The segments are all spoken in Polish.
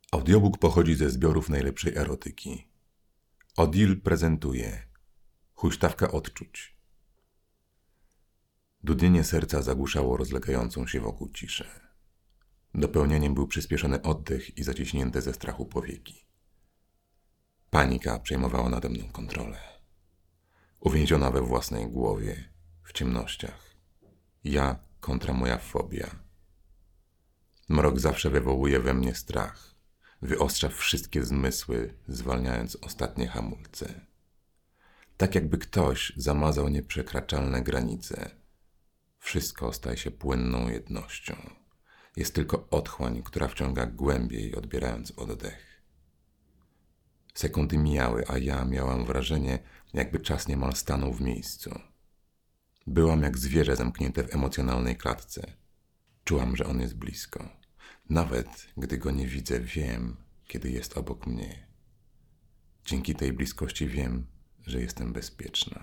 Audiobook pochodzi ze zbiorów najlepszej erotyki. Odile prezentuje Huśtawka odczuć. Dudnienie serca zagłuszało rozlegającą się wokół ciszę. Dopełnieniem był przyspieszony oddech i zaciśnięte ze strachu powieki. Panika przejmowała nade mną kontrolę. Uwięziona we własnej głowie, w ciemnościach. Ja kontra moja fobia. Mrok zawsze wywołuje we mnie strach. Wyostrza wszystkie zmysły, zwalniając ostatnie hamulce. Tak jakby ktoś zamazał nieprzekraczalne granice. Wszystko staje się płynną jednością. Jest tylko otchłań, która wciąga głębiej, odbierając oddech. Sekundy mijały, a ja miałam wrażenie, jakby czas niemal stanął w miejscu. Byłam jak zwierzę zamknięte w emocjonalnej klatce. Czułam, że on jest blisko. Nawet gdy go nie widzę, wiem, kiedy jest obok mnie. Dzięki tej bliskości wiem, że jestem bezpieczna.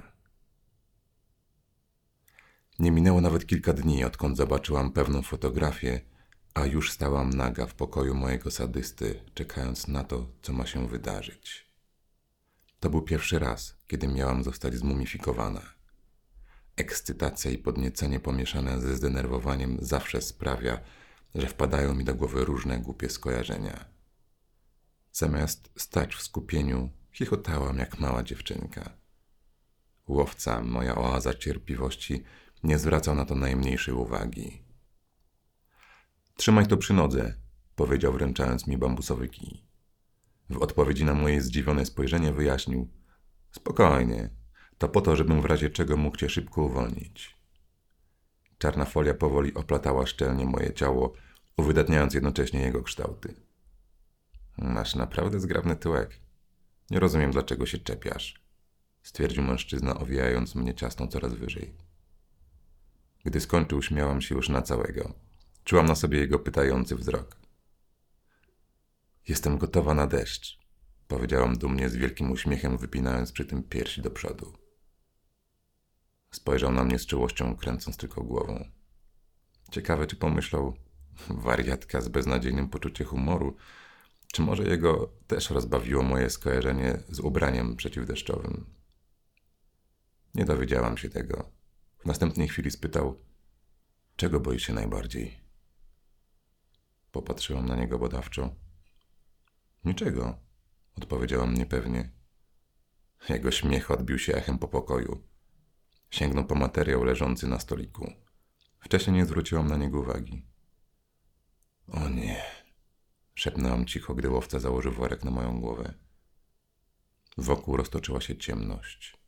Nie minęło nawet kilka dni, odkąd zobaczyłam pewną fotografię, a już stałam naga w pokoju mojego sadysty, czekając na to, co ma się wydarzyć. To był pierwszy raz, kiedy miałam zostać zmumifikowana. Ekscytacja i podniecenie pomieszane ze zdenerwowaniem zawsze sprawia, że wpadają mi do głowy różne głupie skojarzenia. Zamiast stać w skupieniu, chichotałam jak mała dziewczynka. Łowca, moja oaza cierpliwości, nie zwracał na to najmniejszej uwagi. Trzymaj to przy nodze, powiedział, wręczając mi bambusowy kij. W odpowiedzi na moje zdziwione spojrzenie wyjaśnił: spokojnie, to po to, żebym w razie czego mógł cię szybko uwolnić. Czarna folia powoli oplatała szczelnie moje ciało, uwydatniając jednocześnie jego kształty. Masz naprawdę zgrabny tyłek. Nie rozumiem, dlaczego się czepiasz, stwierdził mężczyzna, owijając mnie ciasno coraz wyżej. Gdy skończył, śmiałam się już na całego. Czułam na sobie jego pytający wzrok. Jestem gotowa na deszcz, powiedziałam dumnie z wielkim uśmiechem, wypinając przy tym piersi do przodu. Spojrzał na mnie z czułością, kręcąc tylko głową. Ciekawe, czy pomyślał: wariatka z beznadziejnym poczuciem humoru, czy może jego też rozbawiło moje skojarzenie z ubraniem przeciwdeszczowym. Nie dowiedziałam się tego. W następnej chwili spytał: czego boisz się najbardziej? Popatrzyłam na niego badawczo. Niczego, odpowiedziałam niepewnie. Jego śmiech odbił się echem po pokoju. Sięgnął po materiał leżący na stoliku. Wcześniej nie zwróciłam na niego uwagi. O nie, szepnęłam cicho, gdy łowca założył worek na moją głowę. Wokół roztoczyła się ciemność.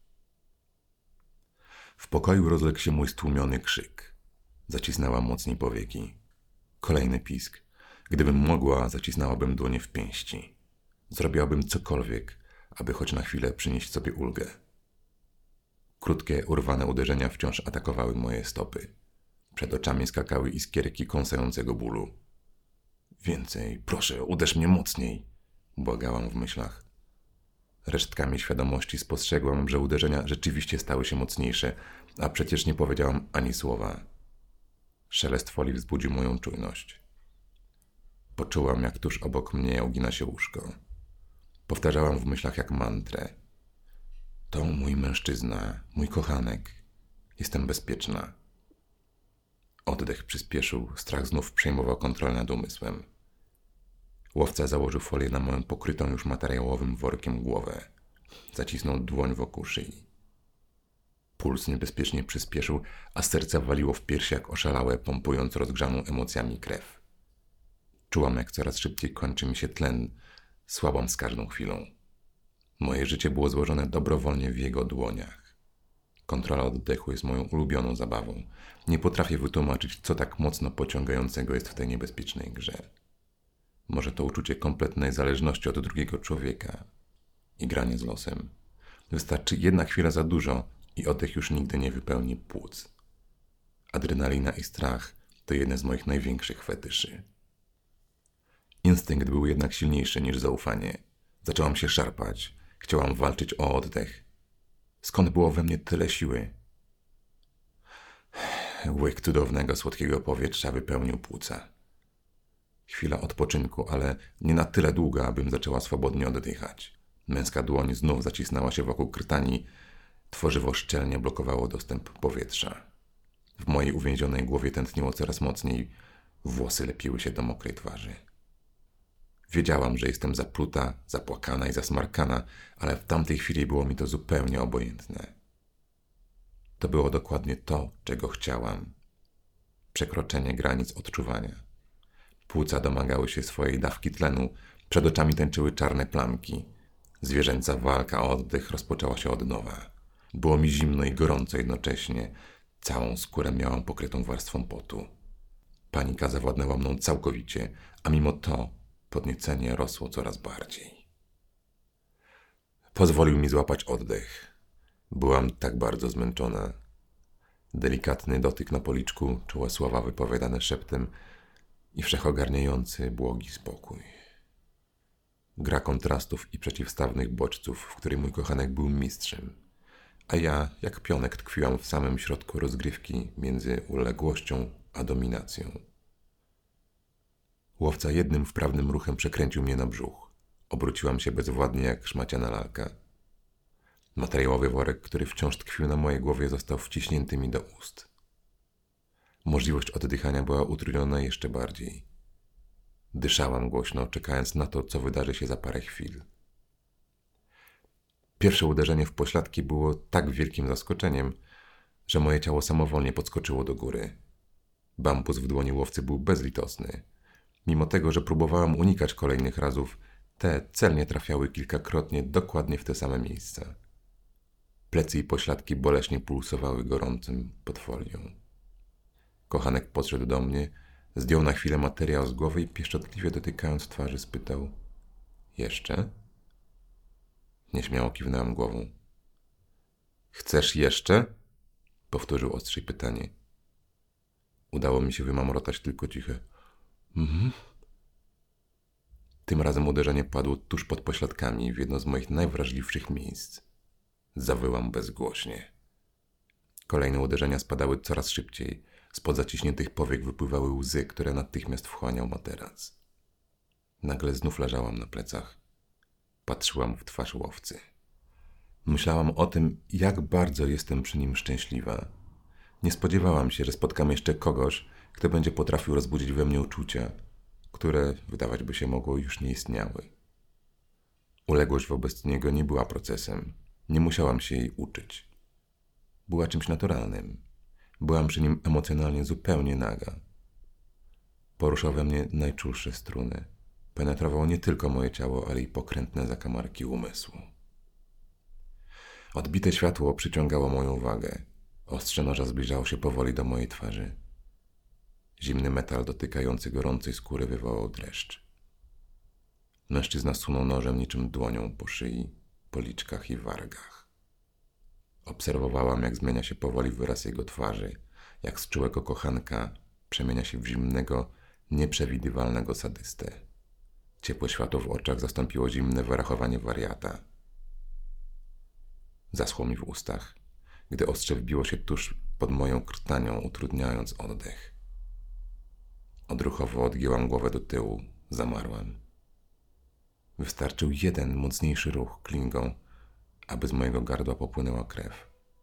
W pokoju rozległ się mój stłumiony krzyk. Zacisnęłam mocniej powieki. Kolejny pisk. Gdybym mogła, zacisnęłabym dłonie w pięści. Zrobiłabym cokolwiek, aby choć na chwilę przynieść sobie ulgę. Krótkie, urwane uderzenia wciąż atakowały moje stopy. Przed oczami skakały iskierki kąsającego bólu. Więcej, proszę, uderz mnie mocniej, błagałam w myślach. Resztkami świadomości spostrzegłam, że uderzenia rzeczywiście stały się mocniejsze, a przecież nie powiedziałam ani słowa. Szelest folii wzbudził moją czujność. Poczułam, jak tuż obok mnie ugina się łóżko. Powtarzałam w myślach jak mantrę. To mój mężczyzna, mój kochanek. Jestem bezpieczna. Oddech przyspieszył, strach znów przejmował kontrolę nad umysłem. Łowca założył folię na moją pokrytą już materiałowym workiem głowę. Zacisnął dłoń wokół szyi. Puls niebezpiecznie przyspieszył, a serce waliło w piersi jak oszalałe, pompując rozgrzaną emocjami krew. Czułam, jak coraz szybciej kończy mi się tlen. Słabłam z każdą chwilą. Moje życie było złożone dobrowolnie w jego dłoniach. Kontrola oddechu jest moją ulubioną zabawą. Nie potrafię wytłumaczyć, co tak mocno pociągającego jest w tej niebezpiecznej grze. Może to uczucie kompletnej zależności od drugiego człowieka i granie z losem. Wystarczy jedna chwila za dużo i oddech już nigdy nie wypełni płuc. Adrenalina i strach to jedne z moich największych fetyszy. Instynkt był jednak silniejszy niż zaufanie. Zaczęłam się szarpać. Chciałam walczyć o oddech. Skąd było we mnie tyle siły? Łyk cudownego, słodkiego powietrza wypełnił płuca. Chwila odpoczynku, ale nie na tyle długa, abym zaczęła swobodnie oddychać. Męska dłoń znów zacisnęła się wokół krtani. Tworzywo szczelnie blokowało dostęp powietrza. W mojej uwięzionej głowie tętniło coraz mocniej. Włosy lepiły się do mokrej twarzy. Wiedziałam, że jestem zapluta, zapłakana i zasmarkana, ale w tamtej chwili było mi to zupełnie obojętne. To było dokładnie to, czego chciałam. Przekroczenie granic odczuwania. Płuca domagały się swojej dawki tlenu, przed oczami tańczyły czarne plamki. Zwierzęca walka o oddech rozpoczęła się od nowa. Było mi zimno i gorąco jednocześnie. Całą skórę miałam pokrytą warstwą potu. Panika zawładnęła mną całkowicie, a mimo to podniecenie rosło coraz bardziej. Pozwolił mi złapać oddech. Byłam tak bardzo zmęczona. Delikatny dotyk na policzku, czułe słowa wypowiadane szeptem i wszechogarniający, błogi spokój. Gra kontrastów i przeciwstawnych bodźców, w której mój kochanek był mistrzem, a ja, jak pionek, tkwiłam w samym środku rozgrywki między uległością a dominacją. Łowca jednym wprawnym ruchem przekręcił mnie na brzuch. Obróciłam się bezwładnie jak szmaciana lalka. Materiałowy worek, który wciąż tkwił na mojej głowie, został wciśnięty mi do ust. Możliwość oddychania była utrudniona jeszcze bardziej. Dyszałam głośno, czekając na to, co wydarzy się za parę chwil. Pierwsze uderzenie w pośladki było tak wielkim zaskoczeniem, że moje ciało samowolnie podskoczyło do góry. Bambus w dłoni łowcy był bezlitosny. Mimo tego, że próbowałam unikać kolejnych razów, te celnie trafiały kilkakrotnie dokładnie w te same miejsca. Plecy i pośladki boleśnie pulsowały gorącym pod folią. Kochanek podszedł do mnie, zdjął na chwilę materiał z głowy i pieszczotliwie dotykając twarzy spytał: jeszcze? Nieśmiało kiwnęłam głową. Chcesz jeszcze? Powtórzył ostrzej pytanie. Udało mi się wymamrotać tylko ciche: Tym razem uderzenie padło tuż pod pośladkami, w jedno z moich najwrażliwszych miejsc. Zawyłam bezgłośnie. Kolejne uderzenia spadały coraz szybciej. Spod zaciśniętych powiek wypływały łzy, które natychmiast wchłaniał materac. Nagle znów leżałam na plecach. Patrzyłam w twarz łowcy. Myślałam o tym, jak bardzo jestem przy nim szczęśliwa. Nie spodziewałam się, że spotkam jeszcze kogoś, kto będzie potrafił rozbudzić we mnie uczucia, które, wydawać by się mogło, już nie istniały. Uległość wobec niego nie była procesem. Nie musiałam się jej uczyć. Była czymś naturalnym. Byłam przy nim emocjonalnie zupełnie naga. Poruszał we mnie najczulsze struny. Penetrował nie tylko moje ciało, ale i pokrętne zakamarki umysłu. Odbite światło przyciągało moją uwagę. Ostrze noża zbliżało się powoli do mojej twarzy. Zimny metal dotykający gorącej skóry wywołał dreszcz. Mężczyzna sunął nożem niczym dłonią po szyi, policzkach i wargach. Obserwowałam, jak zmienia się powoli wyraz jego twarzy, jak z czułego kochanka przemienia się w zimnego, nieprzewidywalnego sadystę. Ciepłe światło w oczach zastąpiło zimne wyrachowanie wariata. Zaschło mi w ustach, gdy ostrze wbiło się tuż pod moją krtanią, utrudniając oddech. Odruchowo odgięłam głowę do tyłu, zamarłam. Wystarczył jeden mocniejszy ruch klingą, aby z mojego gardła popłynęła krew.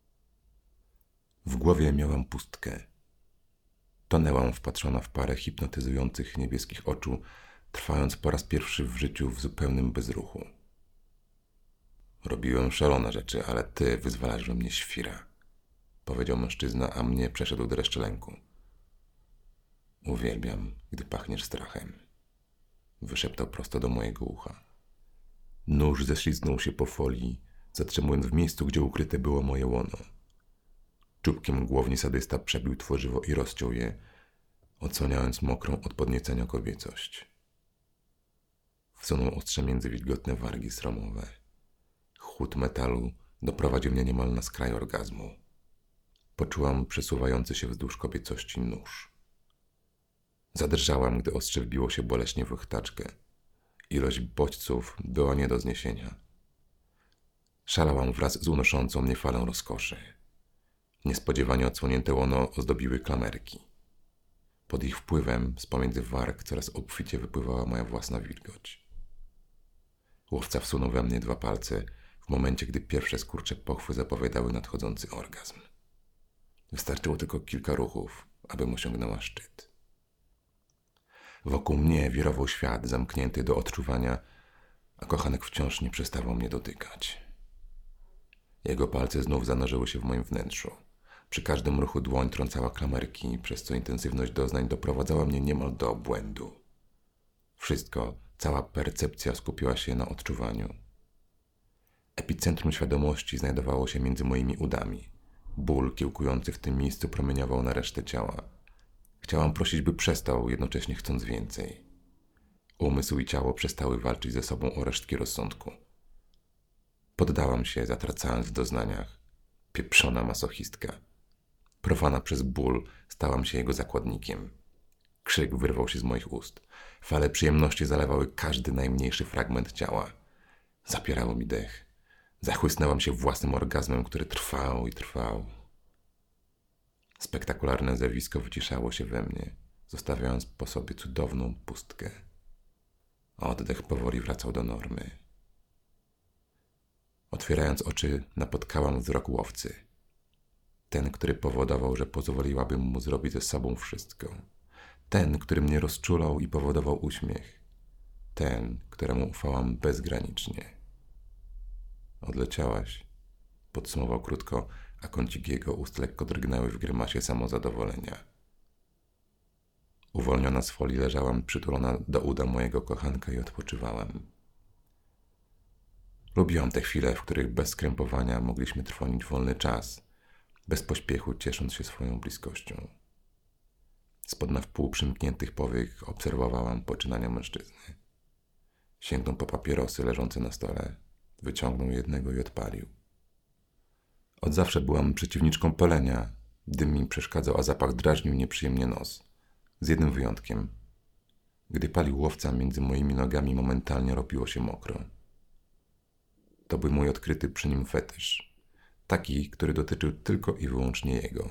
W głowie miałam pustkę. Tonęłam wpatrzona w parę hipnotyzujących niebieskich oczu, trwając po raz pierwszy w życiu w zupełnym bezruchu. Robiłem szalone rzeczy, ale ty wyzwalasz we mnie świra, powiedział mężczyzna, a mnie przeszedł dreszcz lęku. Uwielbiam, gdy pachniesz strachem, wyszeptał prosto do mojego ucha. Nóż ześlizgnął się po folii, zatrzymując w miejscu, gdzie ukryte było moje łono. Czubkiem głowni sadysta przebił tworzywo i rozciął je, odsłaniając mokrą od podniecenia kobiecość. Wsunął ostrze między wilgotne wargi sromowe. Chłód metalu doprowadził mnie niemal na skraj orgazmu. Poczułam przesuwający się wzdłuż kobiecości nóż. Zadrżałam, gdy ostrze wbiło się boleśnie w chtaczkę. Ilość bodźców była nie do zniesienia. Szalałam wraz z unoszącą mnie falą rozkoszy. Niespodziewanie odsłonięte łono ozdobiły klamerki. Pod ich wpływem z pomiędzy warg coraz obficie wypływała moja własna wilgoć. Łowca wsunął we mnie 2 palce w momencie, gdy pierwsze skurcze pochwy zapowiadały nadchodzący orgazm. Wystarczyło tylko kilka ruchów, abym osiągnęła szczyt. Wokół mnie wirował świat zamknięty do odczuwania, a kochanek wciąż nie przestawał mnie dotykać. Jego palce znów zanurzyły się w moim wnętrzu. Przy każdym ruchu dłoń trącała klamerki, przez co intensywność doznań doprowadzała mnie niemal do obłędu. Wszystko, cała percepcja skupiła się na odczuwaniu. Epicentrum świadomości znajdowało się między moimi udami. Ból kiełkujący w tym miejscu promieniował na resztę ciała. Chciałam prosić, by przestał, jednocześnie chcąc więcej. Umysł i ciało przestały walczyć ze sobą o resztki rozsądku. Poddałam się, zatracając w doznaniach. Pieprzona masochistka. Porwana przez ból, stałam się jego zakładnikiem. Krzyk wyrwał się z moich ust. Fale przyjemności zalewały każdy najmniejszy fragment ciała. Zapierało mi dech. Zachłysnęłam się własnym orgazmem, który trwał i trwał. Spektakularne zjawisko wyciszało się we mnie, zostawiając po sobie cudowną pustkę. Oddech powoli wracał do normy. Otwierając oczy, napotkałam wzrok łowcy. Ten, który powodował, że pozwoliłabym mu zrobić ze sobą wszystko. Ten, który mnie rozczulał i powodował uśmiech. Ten, któremu ufałam bezgranicznie. Odleciałaś, podsumował krótko, a kąciki jego ust lekko drgnęły w grymasie samozadowolenia. Uwolniona z folii leżałam przytulona do uda mojego kochanka i odpoczywałam. Lubiłam te chwile, w których bez skrępowania mogliśmy trwonić wolny czas, bez pośpiechu ciesząc się swoją bliskością. Spod na wpół przymkniętych powiek obserwowałam poczynania mężczyzny. Sięgnął po papierosy leżące na stole, wyciągnął jednego i odpalił. Od zawsze byłam przeciwniczką palenia. Dym mi przeszkadzał, a zapach drażnił nieprzyjemnie nos. Z jednym wyjątkiem. Gdy palił łowca, między moimi nogami momentalnie robiło się mokro. To był mój odkryty przy nim fetysz. Taki, który dotyczył tylko i wyłącznie jego.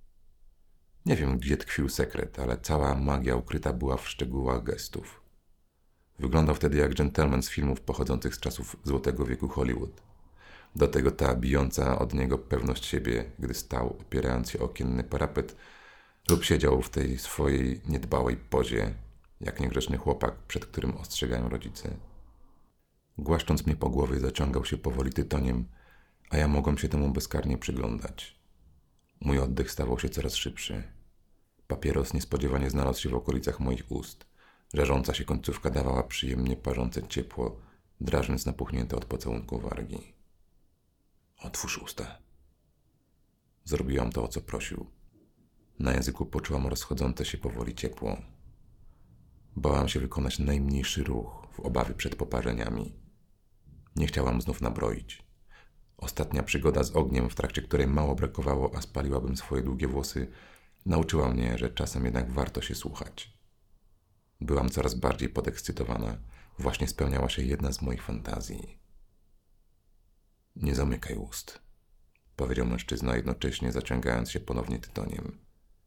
Nie wiem, gdzie tkwił sekret, ale cała magia ukryta była w szczegółach gestów. Wyglądał wtedy jak dżentelmen z filmów pochodzących z czasów Złotego wieku Hollywood. Do tego ta bijąca od niego pewność siebie, gdy stał, opierając się o okienny parapet lub siedział w tej swojej niedbałej pozie, jak niegrzeczny chłopak, przed którym ostrzegają rodzice. Głaszcząc mnie po głowie, zaciągał się powoli tytoniem, a ja mogłem się temu bezkarnie przyglądać. Mój oddech stawał się coraz szybszy. Papieros niespodziewanie znalazł się w okolicach moich ust. Żarząca się końcówka dawała przyjemnie parzące ciepło, drażniąc napuchnięte od pocałunku wargi. Otwórz usta. Zrobiłam to, o co prosił. Na języku poczułam rozchodzące się powoli ciepło. Bałam się wykonać najmniejszy ruch w obawie przed poparzeniami. Nie chciałam znów nabroić. Ostatnia przygoda z ogniem, w trakcie której mało brakowało, a spaliłabym swoje długie włosy, nauczyła mnie, że czasem jednak warto się słuchać. Byłam coraz bardziej podekscytowana. Właśnie spełniała się jedna z moich fantazji. Nie zamykaj ust, powiedział mężczyzna, jednocześnie zaciągając się ponownie tytoniem.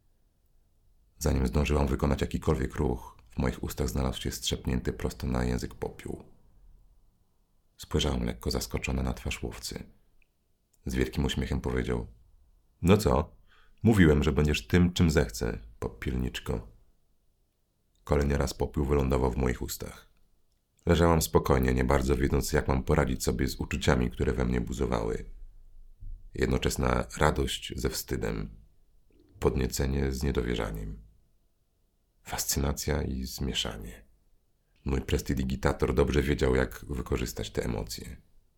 Zanim zdążyłam wykonać jakikolwiek ruch, w moich ustach znalazł się strzepnięty prosto na język popiół. Spojrzałam lekko zaskoczona na twarz łowcy. Z wielkim uśmiechem powiedział: No co? Mówiłem, że będziesz tym, czym zechcę, popielniczko. Kolejny raz popiół wylądował w moich ustach. Leżałam spokojnie, nie bardzo wiedząc, jak mam poradzić sobie z uczuciami, które we mnie buzowały. Jednoczesna radość ze wstydem, podniecenie z niedowierzaniem, fascynacja i zmieszanie. Mój prestidigitator dobrze wiedział, jak wykorzystać te emocje.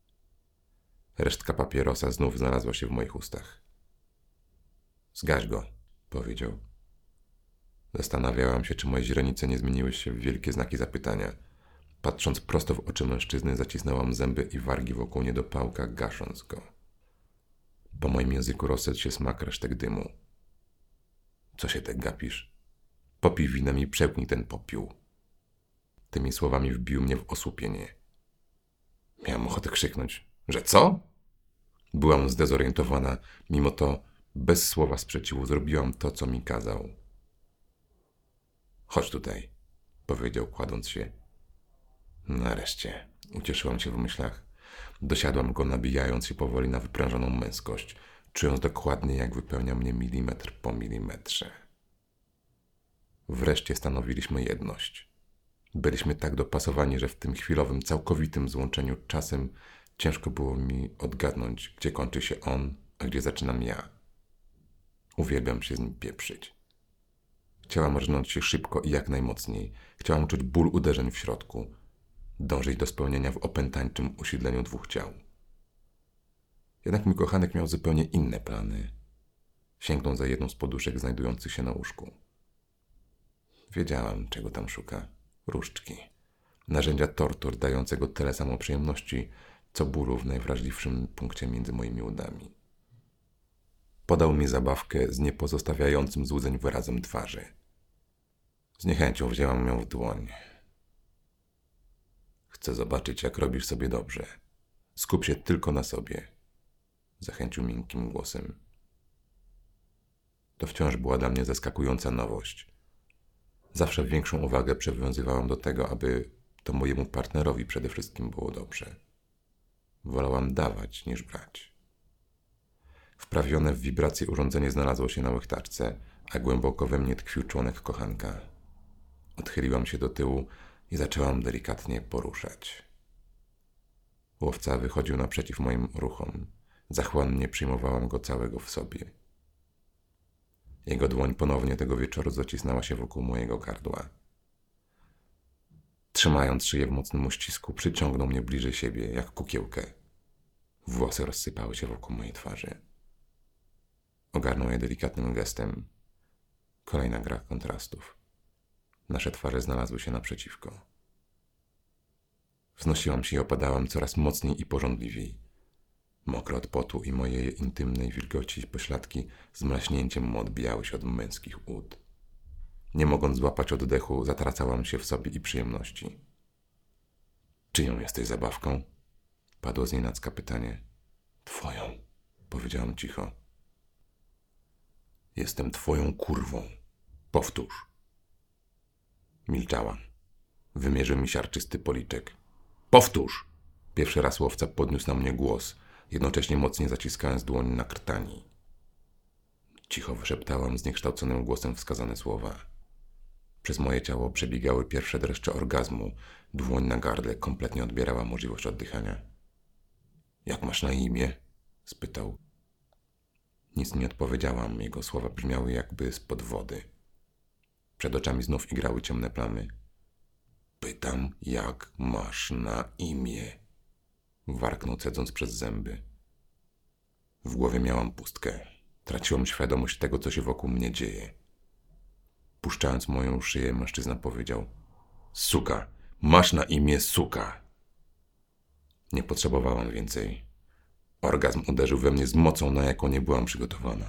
Resztka papierosa znów znalazła się w moich ustach. Zgaś go, powiedział. Zastanawiałam się, czy moje źrenice nie zmieniły się w wielkie znaki zapytania. Patrząc prosto w oczy mężczyzny, zacisnęłam zęby i wargi wokół niedopałka, gasząc go. Po moim języku rozszedł się smak resztek dymu. Co się tak gapisz? Popij winem i przełknij ten popiół. Tymi słowami wbił mnie w osłupienie. Miałam ochotę krzyknąć, że co? Byłam zdezorientowana, mimo to bez słowa sprzeciwu zrobiłam to, co mi kazał. Chodź tutaj, powiedział, kładąc się. Nareszcie, ucieszyłam się w myślach. Dosiadłam go, nabijając się powoli na wyprężoną męskość, czując dokładnie, jak wypełnia mnie milimetr po milimetrze. Wreszcie stanowiliśmy jedność. Byliśmy tak dopasowani, że w tym chwilowym, całkowitym złączeniu czasem ciężko było mi odgadnąć, gdzie kończy się on, a gdzie zaczynam ja. Uwielbiam się z nim pieprzyć. Chciałam rżnąć się szybko i jak najmocniej. Chciałam czuć ból uderzeń w środku. Dążyć do spełnienia w opętańczym usiedleniu dwóch ciał. Jednak mój kochanek miał zupełnie inne plany. Sięgnął za jedną z poduszek znajdujących się na łóżku. Wiedziałam, czego tam szuka. Różdżki. Narzędzia tortur dającego tyle samo przyjemności, co bólu w najwrażliwszym punkcie między moimi udami. Podał mi zabawkę z niepozostawiającym złudzeń wyrazem twarzy. Z niechęcią wzięłam ją w dłoń. Chcę zobaczyć, jak robisz sobie dobrze. Skup się tylko na sobie. Zachęcił miękkim głosem. To wciąż była dla mnie zaskakująca nowość. Zawsze większą uwagę przywiązywałam do tego, aby to mojemu partnerowi przede wszystkim było dobrze. Wolałam dawać niż brać. Wprawione w wibrację urządzenie znalazło się na łechtaczce, a głęboko we mnie tkwił członek kochanka. Odchyliłam się do tyłu i zaczęłam delikatnie poruszać. Łowca wychodził naprzeciw moim ruchom. Zachłannie przyjmowałam go całego w sobie. Jego dłoń ponownie tego wieczoru zacisnęła się wokół mojego gardła. Trzymając szyję w mocnym uścisku, przyciągnął mnie bliżej siebie, jak kukiełkę. Włosy rozsypały się wokół mojej twarzy. Ogarnął je delikatnym gestem. Kolejna gra kontrastów. Nasze twarze znalazły się naprzeciwko. Wznosiłam się i opadałam coraz mocniej i pożądliwiej. Mokre od potu i mojej intymnej wilgoci pośladki z mlaśnięciem odbijały się od męskich ud. Nie mogąc złapać oddechu, zatracałam się w sobie i przyjemności. Czyją jesteś zabawką? Padło znienacka pytanie. Twoją, powiedziałam cicho. Jestem twoją kurwą. Powtórz. Milczałam. Wymierzył mi siarczysty policzek. Powtórz! Pierwszy raz łowca podniósł na mnie głos, jednocześnie mocniej zaciskając dłoń na krtani. Cicho wyszeptałam zniekształconym głosem wskazane słowa. Przez moje ciało przebiegały pierwsze dreszcze orgazmu. Dłoń na gardle kompletnie odbierała możliwość oddychania. Jak masz na imię? Spytał. Nic nie odpowiedziałam. Jego słowa brzmiały jakby spod wody. Przed oczami znów igrały ciemne plamy. Pytam, jak masz na imię? Warknął, cedząc przez zęby. W głowie miałam pustkę. Traciłam świadomość tego, co się wokół mnie dzieje. Puszczając moją szyję, mężczyzna powiedział: Suka! Masz na imię Suka! Nie potrzebowałam więcej. Orgazm uderzył we mnie z mocą, na jaką nie byłam przygotowana.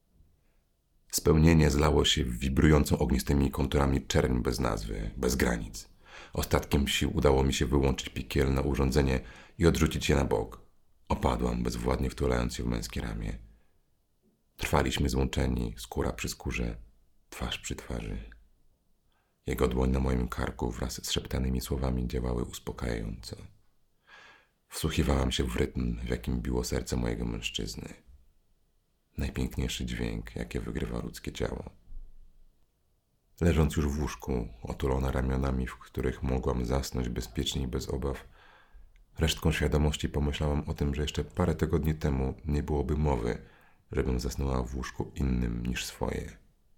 Spełnienie zlało się w wibrującą ognistymi konturami czerń bez nazwy, bez granic. Ostatkiem sił udało mi się wyłączyć piekielne urządzenie i odrzucić je na bok. Opadłam, bezwładnie wtulając się w męskie ramię. Trwaliśmy złączeni, skóra przy skórze, twarz przy twarzy. Jego dłoń na moim karku wraz z szeptanymi słowami działały uspokajająco. Wsłuchiwałam się w rytm, w jakim biło serce mojego mężczyzny. Najpiękniejszy dźwięk, jakie wygrywa ludzkie ciało. Leżąc już w łóżku, otulona ramionami, w których mogłam zasnąć bezpiecznie i bez obaw, resztką świadomości pomyślałam o tym, że jeszcze parę tygodni temu nie byłoby mowy, żebym zasnęła w łóżku innym niż swoje.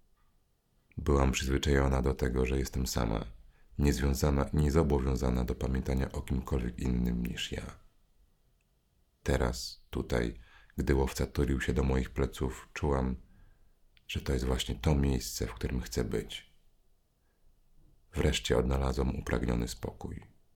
Byłam przyzwyczajona do tego, że jestem sama, niezwiązana i niezobowiązana do pamiętania o kimkolwiek innym niż ja. Teraz, tutaj, gdy łowca tulił się do moich pleców, czułam, że to jest właśnie to miejsce, w którym chcę być. Wreszcie odnalazłam upragniony spokój.